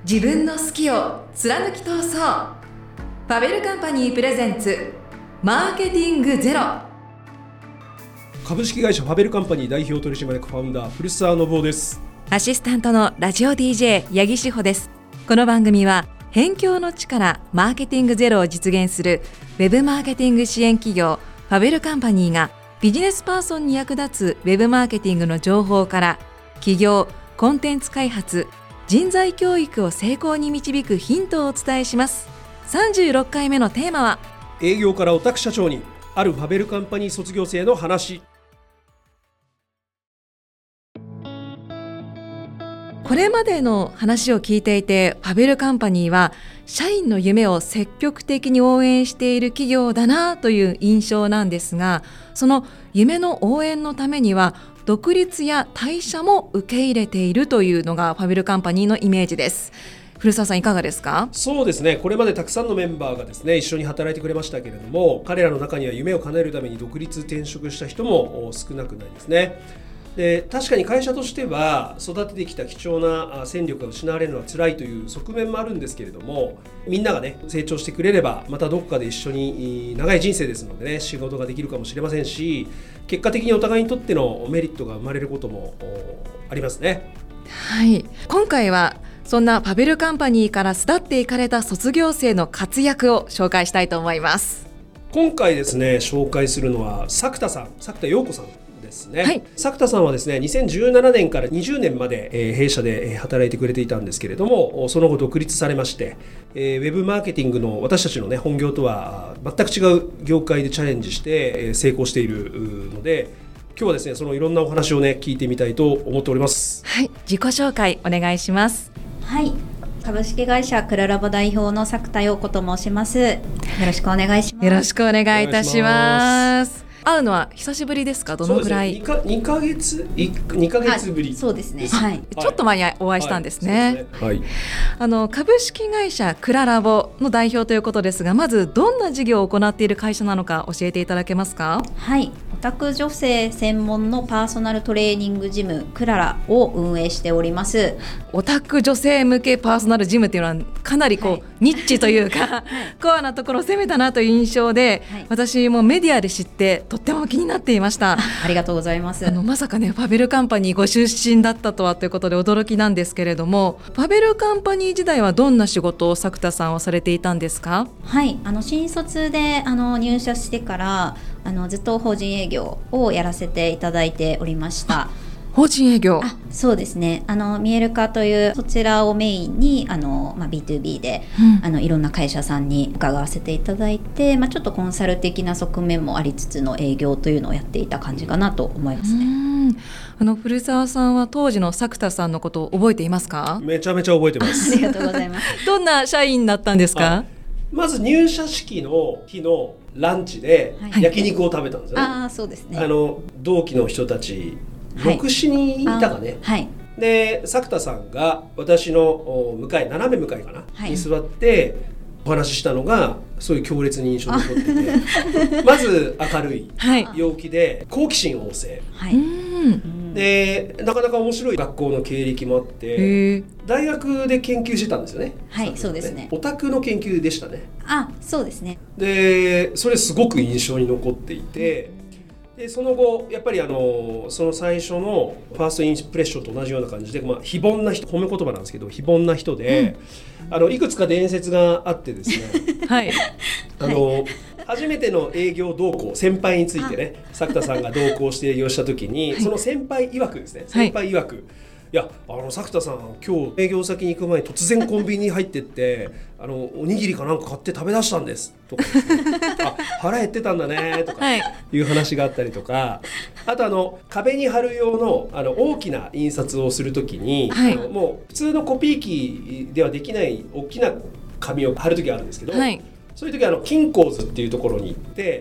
自分の好きを貫き通そう。ファベルカンパニープレゼンツマーケティングゼロ。 株式会社ファベルカンパニー代表取締役ファウンダー古澤信夫です。 アシスタントのラジオ DJ 八木志保です。この番組は辺境の地からマーケティングゼロを実現するウェブマーケティング支援企業ファベルカンパニーがビジネスパーソンに役立つウェブマーケティングの情報から企業、コンテンツ開発、人材教育を成功に導くヒントをお伝えします。36回目のテーマは、 営業からオタク社長に、あるファベルカンパニー卒業生の話。 これまでの話を聞いていて、ファベルカンパニーは社員の夢を積極的に応援している企業だなという印象なんですが、その夢の応援のためには独立や退社も受け入れているというのがファベルカンパニーのイメージです。古澤さん、いかがですか？ そうですね、これまでたくさんのメンバーがですね、一緒に働いてくれましたけれども、彼らの中には夢を叶えるために独立転職した人も少なくないですね。で、確かに会社としては育ててきた貴重な戦力が失われるのは辛いという側面もあるんですけれども、みんながね成長してくれればまたどこかで一緒に長い人生ですのでね、仕事ができるかもしれませんし、結果的にお互いにとってのメリットが生まれることもありますね。 はい、今回はそんなファベルカンパニーから巣立っていかれた卒業生の活躍を紹介したいと思います。 今回ですね、紹介するのは作田陽子さんですね。 はい、 作田さんはですね、2017年から20年まで弊社で働いてくれていたんですけれども、その後独立されまして、ウェブマーケティングの私たちのね本業とは全く違う業界でチャレンジして成功しているので、今日はですね、そのいろんなお話をね聞いてみたいと思っております。 はい、自己紹介お願いします。 はい、株式会社クララボ代表の作田陽子と申します。よろしくお願いします。 よろしくお願いいたします。会うのは久しぶりですか？どのぐらい？ そうですね、2ヶ月ぶり。 そうですね、 はい、ちょっと前にお会いしたんですね。株式会社クララボの代表ということですが、まずどんな事業を行っている会社なのか教えていただけますか？ はい、オタク女性専門のパーソナルトレーニングジムクララを運営しております。 オタク女性向けパーソナルジムっていうのはかなりニッチというか、コアなところを攻めたなという印象で、私もメディアで知ってとっても気になっていました。 ありがとうございます。 まさかね、ファベルカンパニーご出身だったとはということで驚きなんですけれども、ファベルカンパニー時代はどんな仕事を作田さんはされていたんですか？ はい、新卒で入社してからずっと法人営業をやらせていただいておりました。 法人営業。 そうですね、見える化というそちらをメインにB2B で、いろんな会社さんに伺わせていただいて、ちょっとコンサル的な側面もありつつの営業というのをやっていた感じかなと思いますね。 古澤さんは当時の作田さんのことを覚えていますか？ めちゃめちゃ覚えてます。 ありがとうございますどんな社員だったんですか？ まず入社式の日のランチで焼肉を食べたんですよね。 そうですね。 同期の人たち6、7人いたかね。で、作田さんが私の斜め向かいかな、に座ってお話ししたのがすごい強烈に印象に残っててまず明るい、陽気で好奇心旺盛、でなかなか面白い学校の経歴もあって、大学で研究してたんですよね。 そうですね。 オタクの研究でしたね。 そうですね。 でそれすごく印象に残っていて、でその後やっぱりその最初のファーストインプレッションと同じような感じで、非凡な人、褒め言葉なんですけど非凡な人で、いくつか伝説があってですね初めての営業同行、先輩についてね、作田さんが同行して営業した時に、その先輩曰くですね、いや作田さん今日営業先に行く前に突然コンビニに入ってっておにぎりかなんか買って食べ出したんですとかですね腹減ってたんだねとかいう話があったりとか、あと壁に貼る用の大きな印刷をするときに、もう普通のコピー機ではできない大きな紙を貼るときがあるんですけど、 そういう時は金鉱図っていうところに行って、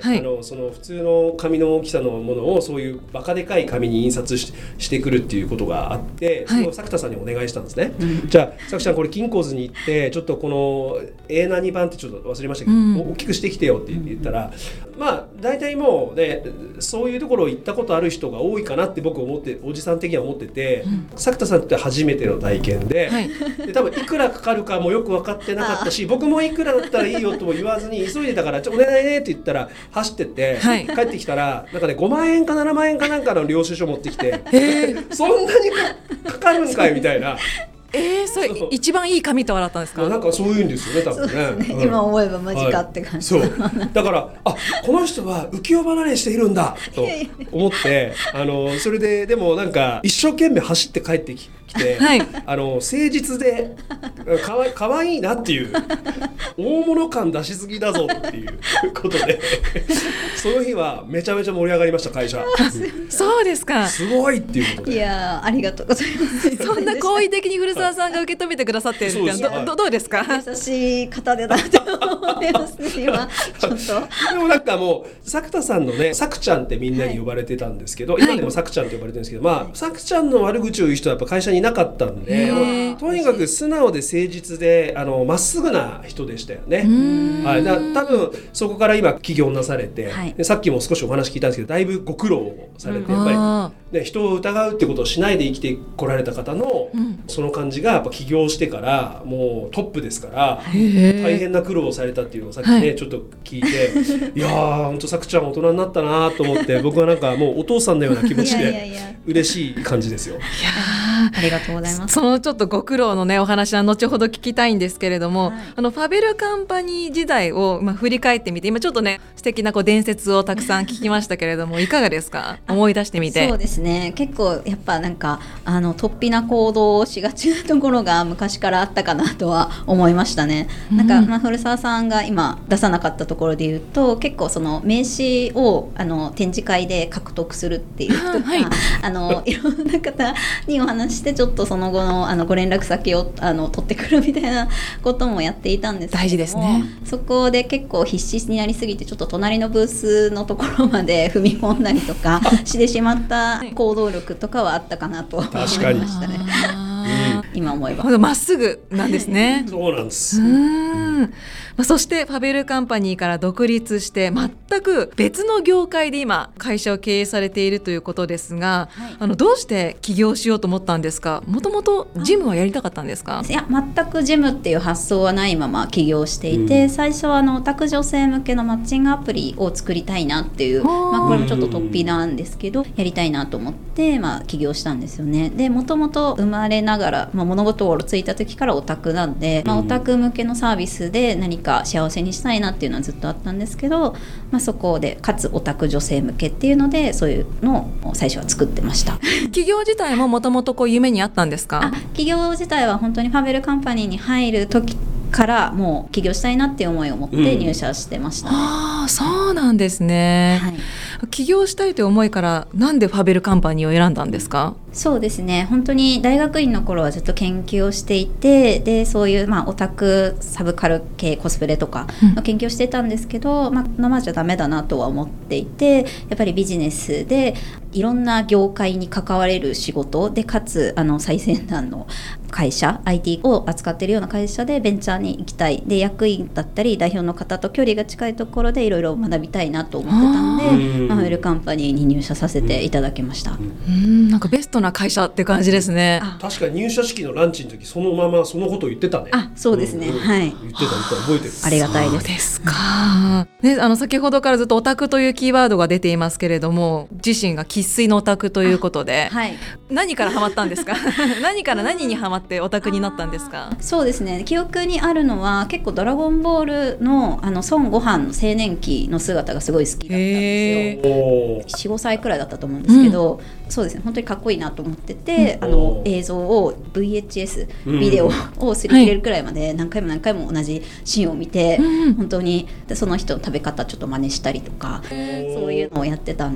はい、 その普通の紙の大きさのものをそういうバカでかい紙に印刷してくるっていうことがあって、それを作田さんにお願いしたんですね、じゃあ作ちゃんこれ金鉱図に行ってちょっとこの A 何番ってちょっと忘れましたけど、大きくしてきてよって言ったら、まあ大体もうねそういうところ行ったことある人が多いかなって僕思って、おじさん的には思ってて、作田さんって初めての体験で、で多分いくらかかるかもよく分かってなかったし、僕もいくらだったらいいよとも言わずに急いでたからお願いねって言ったら走ってって、帰ってきたらなんかね5万円か7万円かなんかの領収書持ってきてそんなに かかるんかいみたいな。 それ一番いい紙と笑ったんですか？ なんかそういうんですよね、多分ね。 今思えばマジかって感じ、 そうだからこの人は浮世離れしているんだと思ってそれででもなんか一生懸命走って帰ってきて、誠実でかわいいなっていう大物感出しすぎだぞっていうことでその日はめちゃめちゃ盛り上がりました、会社。 そうですか。 すごいっていうことで。 いやありがとうございます。 そんな好意的に古澤さんが受け止めてくださってるってどうですか？ 優しい方でだと思いますね今ちょっと。 でもなんかもう作田さんのね、さくちゃんってみんなに呼ばれてたんですけど、今でもさくちゃんって呼ばれてるんですけど、まあさくちゃんの悪口を言う人はやっぱ会社にいなかったんで、とにかく素直で誠実でまっすぐな人でしたよね。多分そこから今起業なされて、でさっきも少しお話聞いたんですけど、だいぶご苦労をされて、やっぱり、ね、人を疑うってことをしないで生きてこられた方の、その感じがやっぱ起業してからもうトップですから、大変な苦労をされたっていうのをさっきね、ちょっと聞いて、いやーほんとさくちゃん大人になったなと思って、僕はなんかもうお父さんのような気持ちで嬉しい感じですよ。いやありがとうございます。 そのちょっとご苦労のねお話は後ほど聞きたいんですけれども、ファベルカンパニー時代を振り返ってみて、今ちょっとね素敵な伝説をたくさん聞きましたけれどもいかがですか？思い出してみて。 そうですね、結構やっぱなんか突飛な行動をしがちなところが昔からあったかなとは思いましたね。なんか、古澤さんが今出さなかったところで言うと、結構その名刺を展示会で獲得するっていうとか、いろんな方にお話してちょっとその後のご連絡先を取ってくるみたいなこともやっていたんですけども、 大事ですね。 そこで結構必死になりすぎてちょっと隣のブースのところまで踏み込んだりとかしてしまった行動力とかはあったかなと思いましたね。今思えばまっすぐなんですね。 そうなんです。 そしてファベルカンパニーから独立して全く別の業界で今会社を経営されているということですが、どうして起業しようと思ったんですか？もともとジムはやりたかったんですか？ いや全くジムっていう発想はないまま起業していて、最初はオタク女性向けのマッチングアプリを作りたいなっていう、これもちょっと突飛なんですけどやりたいなと思って、起業したんですよね。でもともと生まれながら、物事をついた時からオタクなんで、オタク向けのサービスで何か幸せにしたいなっていうのはずっとあったんですけど、そこでかつオタク女性向けっていうのでそういうのを最初は作ってました。 起業自体ももともと夢にあったんですか？ 起業自体は本当にファベルカンパニーに入る時からもう起業したいなっていう思いを持って入社してましたね。 そうなんですね。起業したいという思いからなんでファベルカンパニーを選んだんですか？ そうですね、本当に大学院の頃はずっと研究をしていて、でそういうオタクサブカル系コスプレとかの研究をしてたんですけど、このままじゃダメだなとは思っていて、やっぱりビジネスでいろんな業界に関われる仕事で、かつ最先端の会社 IT を扱っているような会社でベンチャーに行きたい、で役員だったり代表の方と距離が近いところでいろいろ学びたいなと思ってたんで、ファベルカンパニーに入社させていただきました。 なんかベストな会社って感じですね。 確かに入社式のランチの時そのままそのことを言ってたね。 そうですね、はい、 言ってた覚えてる。 ありがたいです。 そうですか、ね、先ほどからずっとオタクというキーワードが出ていますけれども、自身が生粋のオタクということで、何からハマったんですか？何から何にハマってオタクになったんですか？ そうですね、記憶にあるのは結構ドラゴンボールの孫悟飯の青年期の姿がすごい好きだったんですよ。 4,5 歳くらいだったと思うんですけど、そうですね、本当にかっこいいなと思ってて、映像を VHS ビデオを擦り切れるくらいまで何回も何回も同じシーンを見て、本当にその人の食べ方ちょっと真似したりとか、そういうのをやってたんです。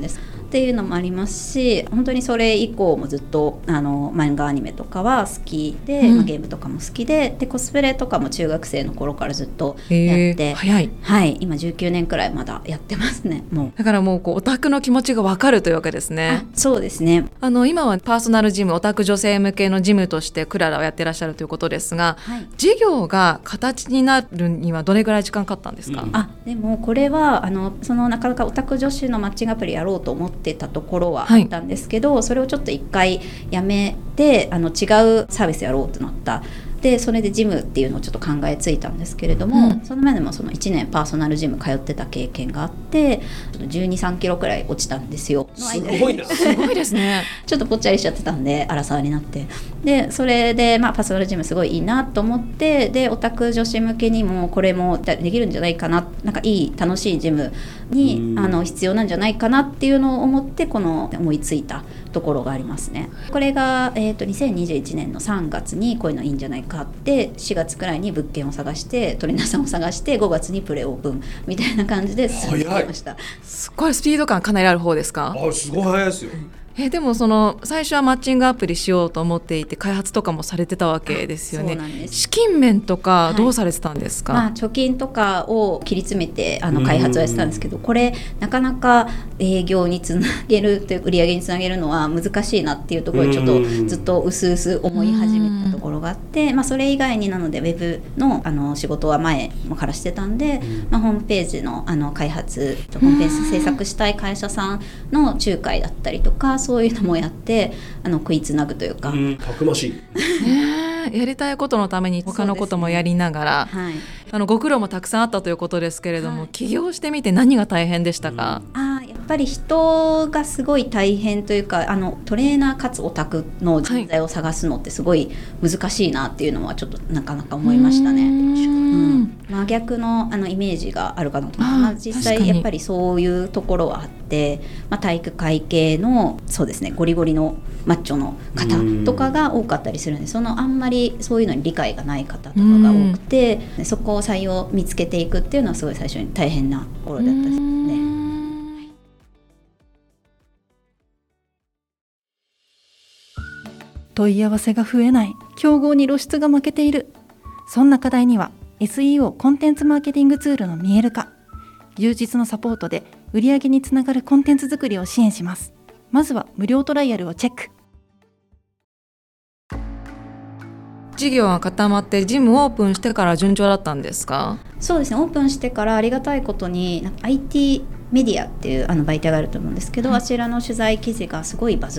っていうのもありますし、本当にそれ以降もずっと漫画アニメとかは好きで、ゲームとかも好きで、コスプレとかも中学生の頃からずっとやって、 早い、 はい、今19年くらいまだやってますね。もうだからもうオタクの気持ちが分かるというわけですね。 そうですね。 今はパーソナルジム、オタク女性向けのジムとしてクララをやってらっしゃるということですが、事業が形になるにはどれぐらい時間かかったんですか？ でもこれはなかなかオタク女子のマッチングアプリやろうと思ってたところはあったんですけど、それをちょっと一回やめて違うサービスやろうとなった。でそれでジムっていうのをちょっと考えついたんですけれども、その前でも1年パーソナルジム通ってた経験があって、12、3キロくらい落ちたんですよ。 すごいなすごいですね。 ちょっとぽっちゃりしちゃってたんで、アラサーになって、でそれで、パーソナルジムすごいいいなと思って、でオタク女子向けにもこれもできるんじゃないかな、なんかいい楽しいジムに必要なんじゃないかなっていうのを思って、思いついたところがありますね。これが、2021年の3月にこういうのいいんじゃないかって、4月くらいに物件を探して、トレーナーさんを探して、5月にプレオープンみたいな感じで進めてきました。 すごいスピード感かなりある方ですか？ すごい早いですよ。 でも最初はマッチングアプリしようと思っていて、開発とかもされてたわけですよね。 そうなんです。 資金面とかどうされてたんですか？ 貯金とかを切り詰めて開発をやってたんですけど、これなかなか営業につなげるという売り上げにつなげるのは難しいなっていうところで、ちょっとずっと薄々思い始めたところがあって、それ以外になのでウェブの仕事は前からしてたんで、ホームページの開発、ホームページ制作したい会社さんの仲介だったりとか、そういうのもやって食いつなぐというか、 たくましいやりたいことのために他のこともやりながら、ご苦労もたくさんあったということですけれども、起業してみて何が大変でしたか？ やっぱり人がすごい大変というか、トレーナーかつオタクの人材を探すのってすごい難しいなっていうのはちょっとなかなか思いましたね。真逆のイメージがあるかなと思います。実際やっぱりそういうところはあって、体育会系のそうですね、ゴリゴリのマッチョの方とかが多かったりするんで、あんまりそういうのに理解がない方とかが多くて、そこを採用見つけていくっていうのはすごい最初に大変なところだったですね。 問い合わせが増えない、競合に露出が負けている、そんな課題には SEO コンテンツマーケティングツールの見える化、充実のサポートで売上につながるコンテンツ作りを支援します。まずは無料トライアルをチェック。 事業が固まってジムオープンしてから順調だったんですか？ そうですね、オープンしてからありがたいことにITメディアっていう媒体があると思うんですけど、あちらの取材記事がすごいバズって、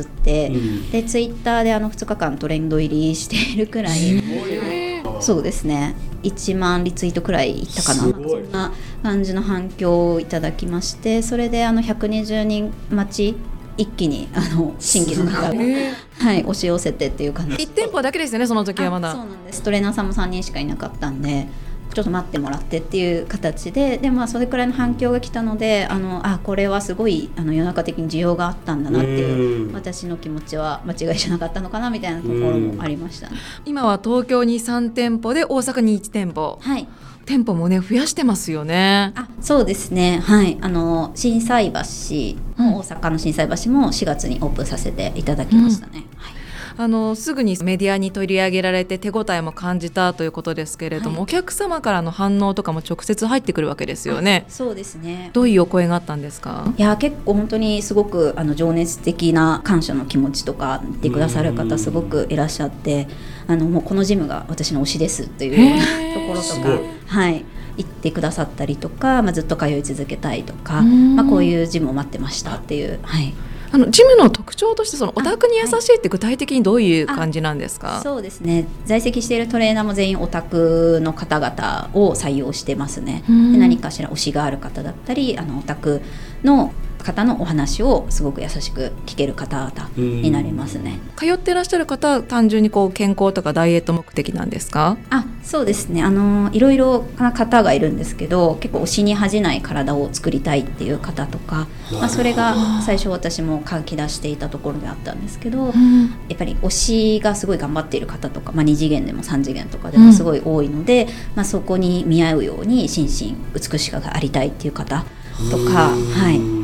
でツイッターで2日間トレンド入りしているくらい、そうですね、1万リツイートくらいいったかな、そんな感じの反響をいただきまして、それで120人待ち一気に新規の方が、押し寄せてっていう感じ。 1店舗だけですよね、その時はまだ。 そうなんです。トレーナーさんも3人しかいなかったんで、ちょっと待ってもらってっていう形で、それくらいの反響が来たので、これはすごい世の中的に需要があったんだなっていう、私の気持ちは間違いじゃなかったのかなみたいなところもありましたね。 今は東京に3店舗で大阪に1店舗、店舗もね増やしてますよね。 そうですね、心斎橋、大阪の心斎橋も4月にオープンさせていただきましたね。 すぐにメディアに取り上げられて手応えも感じたということですけれども、お客様からの反応とかも直接入ってくるわけですよね。 そうですね。 どういうお声があったんですか？ いや、結構本当にすごく情熱的な感謝の気持ちとか言ってくださる方すごくいらっしゃって、もうこのジムが私の推しですというようなところとか、言ってくださったりとか、ずっと通い続けたいとか、こういうジムを待ってましたっていう、 ジムの特徴としてオタクに優しいって具体的にどういう感じなんですか？ そうですね、在籍しているトレーナーも全員オタクの方々を採用してますね。で何かしら推しがある方だったり、オタクの方のお話をすごく優しく聞ける方々になりますね。 通ってらっしゃる方は単純に健康とかダイエット目的なんですか？ そうですね、いろいろな方がいるんですけど、結構推しに恥じない体を作りたいっていう方とか、それが最初私も書き出していたところであったんですけど、やっぱり推しがすごい頑張っている方とか、2次元でも3次元とかでもすごい多いので、そこに見合うように心身美しさがありたいっていう方とか、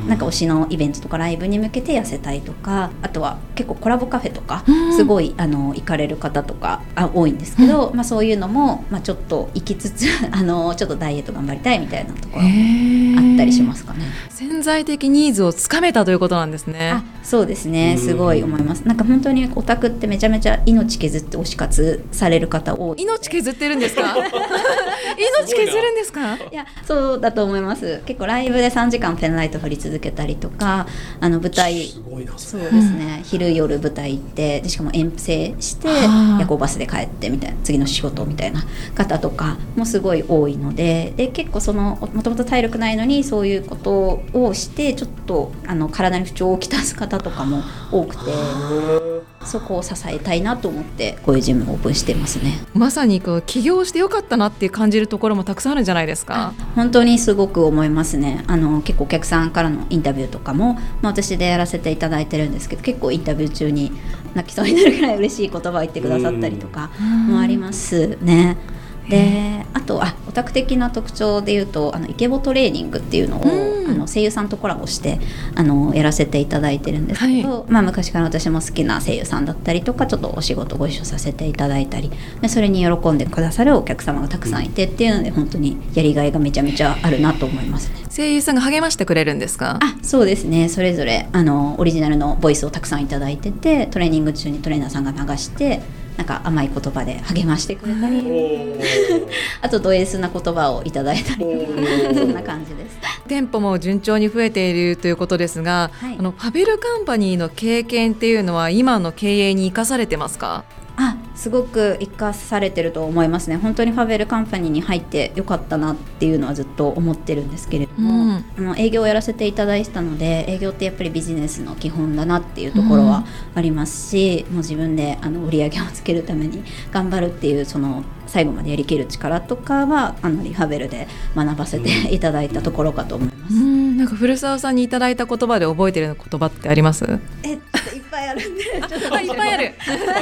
なんか推しのイベントとかライブに向けて痩せたいとか、あとは結構コラボカフェとかすごい行かれる方とか多いんですけど、そういうのも、ちょっと行きつつちょっとダイエット頑張りたいみたいなところあったりしますかね。 潜在的ニーズをつかめたということなんですね。 そうですね、すごい思います。なんか本当にオタクってめちゃめちゃ命削って推し活される方多い。 命削ってるんですか命削るんですか。 いや、そうだと思います。結構ライブで3時間ペンライト振り続けたりとか、舞台、 すごいなそうですね、昼夜舞台行ってでしかも遠征して夜行バスで帰ってみたいな、次の仕事みたいな方とかもすごい多いので、結構もともと体力ないのにそういうことをしてちょっと体に不調をきたす方とかも多くて、そこを支えたいなと思ってこういうジムをオープンしてますね。 まさに起業してよかったなって感じるところもたくさんあるんじゃないですか。 本当にすごく思いますね。結構お客さんからのインタビューとかも、私でやらせていただいてるんですけど、結構インタビュー中に泣きそうになるぐらい嬉しい言葉を言ってくださったりとかもありますね。で、あとオタク的な特徴でいうとイケボトレーニングっていうのを声優さんとコラボしてやらせていただいてるんですけど、昔から私も好きな声優さんだったりとかちょっとお仕事ご一緒させていただいたりで、それに喜んでくださるお客様がたくさんいてっていうので、本当にやりがいがめちゃめちゃあるなと思いますね。 声優さんが励ましてくれるんですか。 そうですね、それぞれオリジナルのボイスをたくさんいただいてて、トレーニング中にトレーナーさんが流してなんか甘い言葉で励ましてくれたりあとド S な言葉をいただいたりそんな感じです。 店舗も順調に増えているということですが、ファベルカンパニーの経験っていうのは今の経営に生かされてますか。 すごく生かされてると思いますね。本当にファベルカンパニーに入ってよかったなっていうのはずっと思ってるんですけれども、営業をやらせていただいたので、営業ってやっぱりビジネスの基本だなっていうところはありますし、もう自分で売り上げをつけるために頑張るっていう最後までやりきる力とかはファベルで学ばせていただいたところかと思います。 なんか古澤さんにいただいた言葉で覚えてる言葉ってあります？ いっぱいあるんでいっぱいある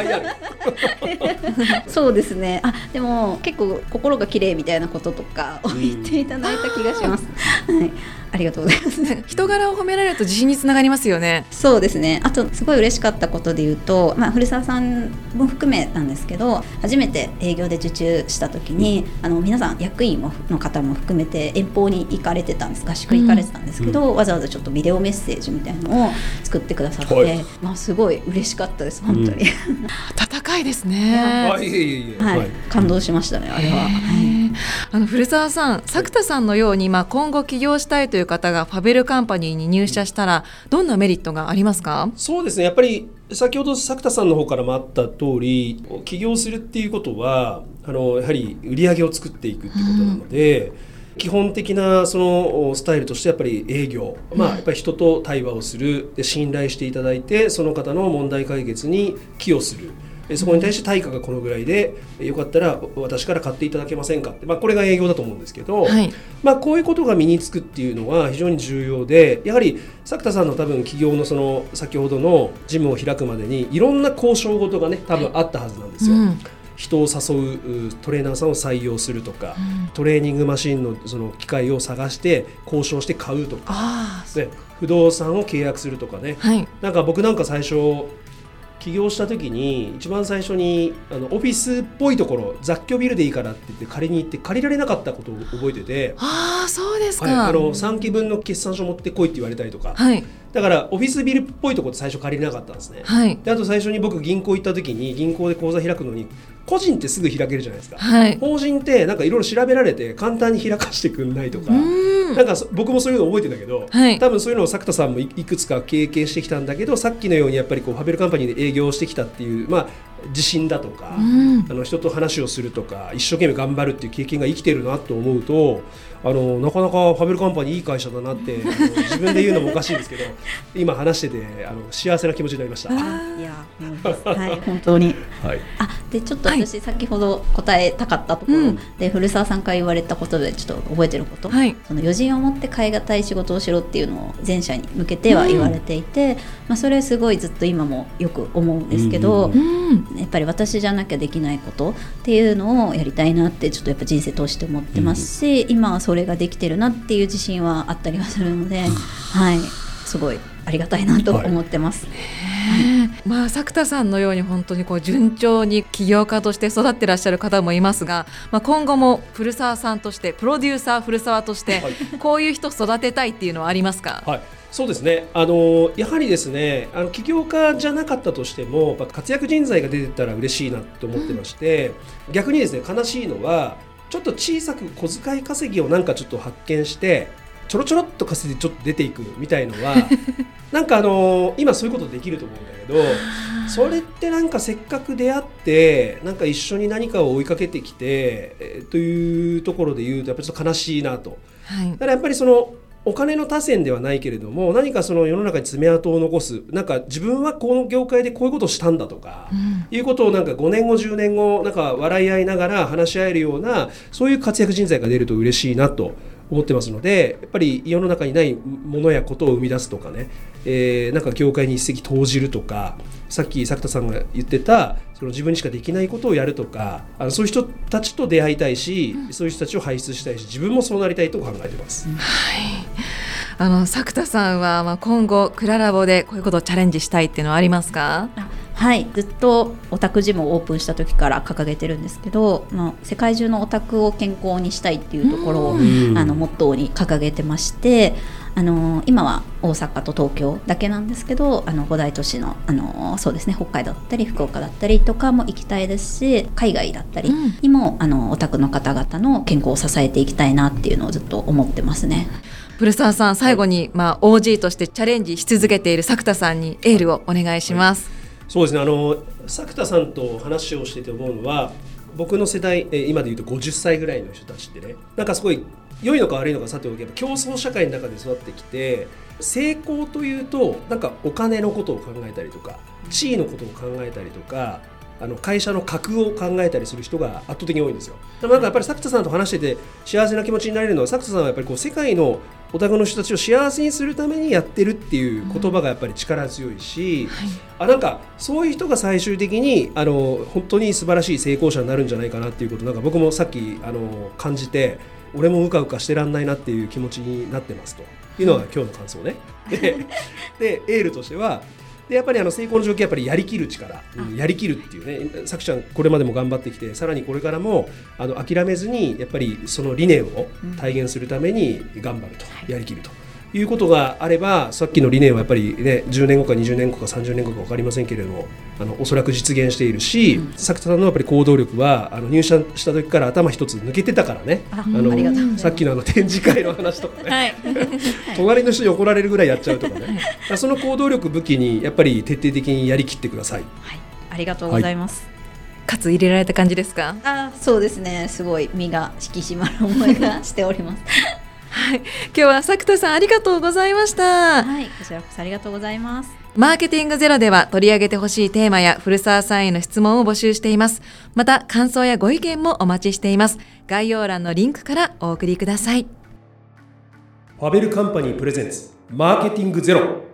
そうですね。でも結構心が綺麗みたいなこととかを言っていただいた気がします。ありがとうございます。 人柄を褒められると自信につながりますよね。 そうですね。あとすごい嬉しかったことで言うと、古澤さんも含めなんですけど、初めて営業で受注した時に皆さん役員の方も含めて遠方に行かれてたんです、合宿行かれてたんですけど、わざわざちょっとビデオメッセージみたいなのを作ってくださって、すごい嬉しかったです本当に。 温かいですね。 感動しましたね、あれは。 古澤さん、作田さんのように今後起業したいという方がファベルカンパニーに入社したらどんなメリットがありますか？ そうですね、やっぱり先ほど作田さんの方からもあった通り、起業するっていうことはやはり売り上げを作っていくっていうことなので、基本的なそのスタイルとしてやっぱり営業、やっぱり人と対話をする、で信頼していただいてその方の問題解決に寄与する、そこに対して対価がこのぐらいでよかったら私から買っていただけませんかって、これが営業だと思うんですけど、こういうことが身につくっていうのは非常に重要で、やはり作田さんの多分企業の先ほどのジムを開くまでにいろんな交渉事がね多分あったはずなんですよ。人を誘うトレーナーさんを採用するとか、トレーニングマシンのその機械を探して交渉して買うとか、で不動産を契約するとかね、なんか僕なんか最初起業した時に一番最初にオフィスっぽいところ、雑居ビルでいいからって言って借りに行って借りられなかったことを覚えてて、 そうですか。 3期分の決算書持ってこいって言われたりとか、だからオフィスビルっぽいところって最初借りれなかったんですね。であと最初に僕銀行行った時に銀行で口座開くのに個人ってすぐ開けるじゃないですか、法人ってなんかいろいろ調べられて簡単に開かしてくんないとか、なんか僕もそういうの覚えてんだけど、多分そういうのを作田さんもいくつか経験してきたんだけど、さっきのようにやっぱりファベルカンパニーで営業してきたっていう、自信だとか、人と話をするとか一生懸命頑張るっていう経験が生きてるなと思うと、なかなかファベルカンパニーいい会社だなって自分で言うのもおかしいですけど今話してて幸せな気持ちになりました。 いや本当に、でちょっと私先ほど答えたかったところで、古澤さんから言われたことでちょっと覚えてること、その余人を持って変え難い仕事をしろっていうのを全社に向けては言われていて、それすごいずっと今もよく思うんですけど、 やっぱり私じゃなきゃできないことっていうのをやりたいなってちょっとやっぱ人生通して思ってますし、今はそれができてるなっていう自信はあったりはするので、はい、すごいありがたいなと思ってます。 作田さんのように本当に順調に起業家として育ってらっしゃる方もいますが、今後も古澤さんとしてプロデューサー古澤としてこういう人育てたいっていうのはありますか？ そうですね、やはりですね、起業家じゃなかったとしてもやっぱ活躍人材が出てたら嬉しいなと思ってまして、逆にですね悲しいのはちょっと小さく小遣い稼ぎをなんかちょっと発見してちょろちょろっと稼いでちょっと出ていくみたいのはなんか今そういうことできると思うんだけど、それってなんかせっかく出会ってなんか一緒に何かを追いかけてきて、というところで言うとやっぱりちょっと悲しいなと、だからやっぱりそのお金の多銭ではないけれども何かその世の中に爪痕を残す、なんか自分はこの業界でこういうことをしたんだとか、いうことをなんか5年後10年後なんか笑い合いながら話し合えるようなそういう活躍人材が出ると嬉しいなと思ってますので、やっぱり世の中にないものやことを生み出すとかね、なんか業界に一石投じるとか、さっき作田さんが言ってたその自分にしかできないことをやるとか、そういう人たちと出会いたいし、そういう人たちを輩出したいし、自分もそうなりたいと考えてます。 作田さんは今後クララボでこういうことをチャレンジしたいっていうのはありますか？ はい、ずっとオタクジムをオープンした時から掲げてるんですけど、世界中のオタクを健康にしたいっていうところをモットーに掲げてまして、今は大阪と東京だけなんですけど、5大都市の、そうですね、北海道だったり福岡だったりとかも行きたいですし、海外だったりにも、オタクの方々の健康を支えていきたいなっていうのをずっと思ってますね。 古澤さん、最後に、OG としてチャレンジし続けている作田さんにエールをお願いします。 そうですね、作田さんと話をしてて思うのは、僕の世代、今でいうと50歳ぐらいの人たちってね、なんかすごい良いのか悪いのかさておき、競争社会の中で育ってきて、成功というとなんかお金のことを考えたりとか地位のことを考えたりとか、会社の格を考えたりする人が圧倒的に多いんですよ。でもなんかやっぱり作田さんと話してて幸せな気持ちになれるのは、作田さんはやっぱり世界のオタクの人たちを幸せにするためにやってるっていう言葉がやっぱり力強いし、なんかそういう人が最終的に本当に素晴らしい成功者になるんじゃないかなっていうことをなんか僕もさっき感じて、俺もうかうかしてらんないなっていう気持ちになってますというのが今日の感想ね。でエールとしてはでやっぱり成功の条件はやっぱりやりきる力、やりきるっていうね、さくちゃんこれまでも頑張ってきて、さらにこれからも諦めずにやっぱりその理念を体現するために頑張ると、やりきるということがあれば、さっきの理念はやっぱりね、10年後か20年後か30年後か分かりませんけれども、おそらく実現しているし、作田さんのやっぱり行動力は入社した時から頭一つ抜けてたからね。さっきの展示会の話とかね、隣の人に怒られるぐらいやっちゃうとかね、その行動力武器にやっぱり徹底的にやりきってください。 ありがとうございます。 かつ入れられた感じですか？ そうですね、すごい身が引き締まる思いがしております。 今日は作田さんありがとうございました。 こちらこそありがとうございます。 マーケティングゼロでは取り上げてほしいテーマや古澤さんへの質問を募集しています。また感想やご意見もお待ちしています。概要欄のリンクからお送りください。 ファベルカンパニープレゼンツマーケティングゼロ。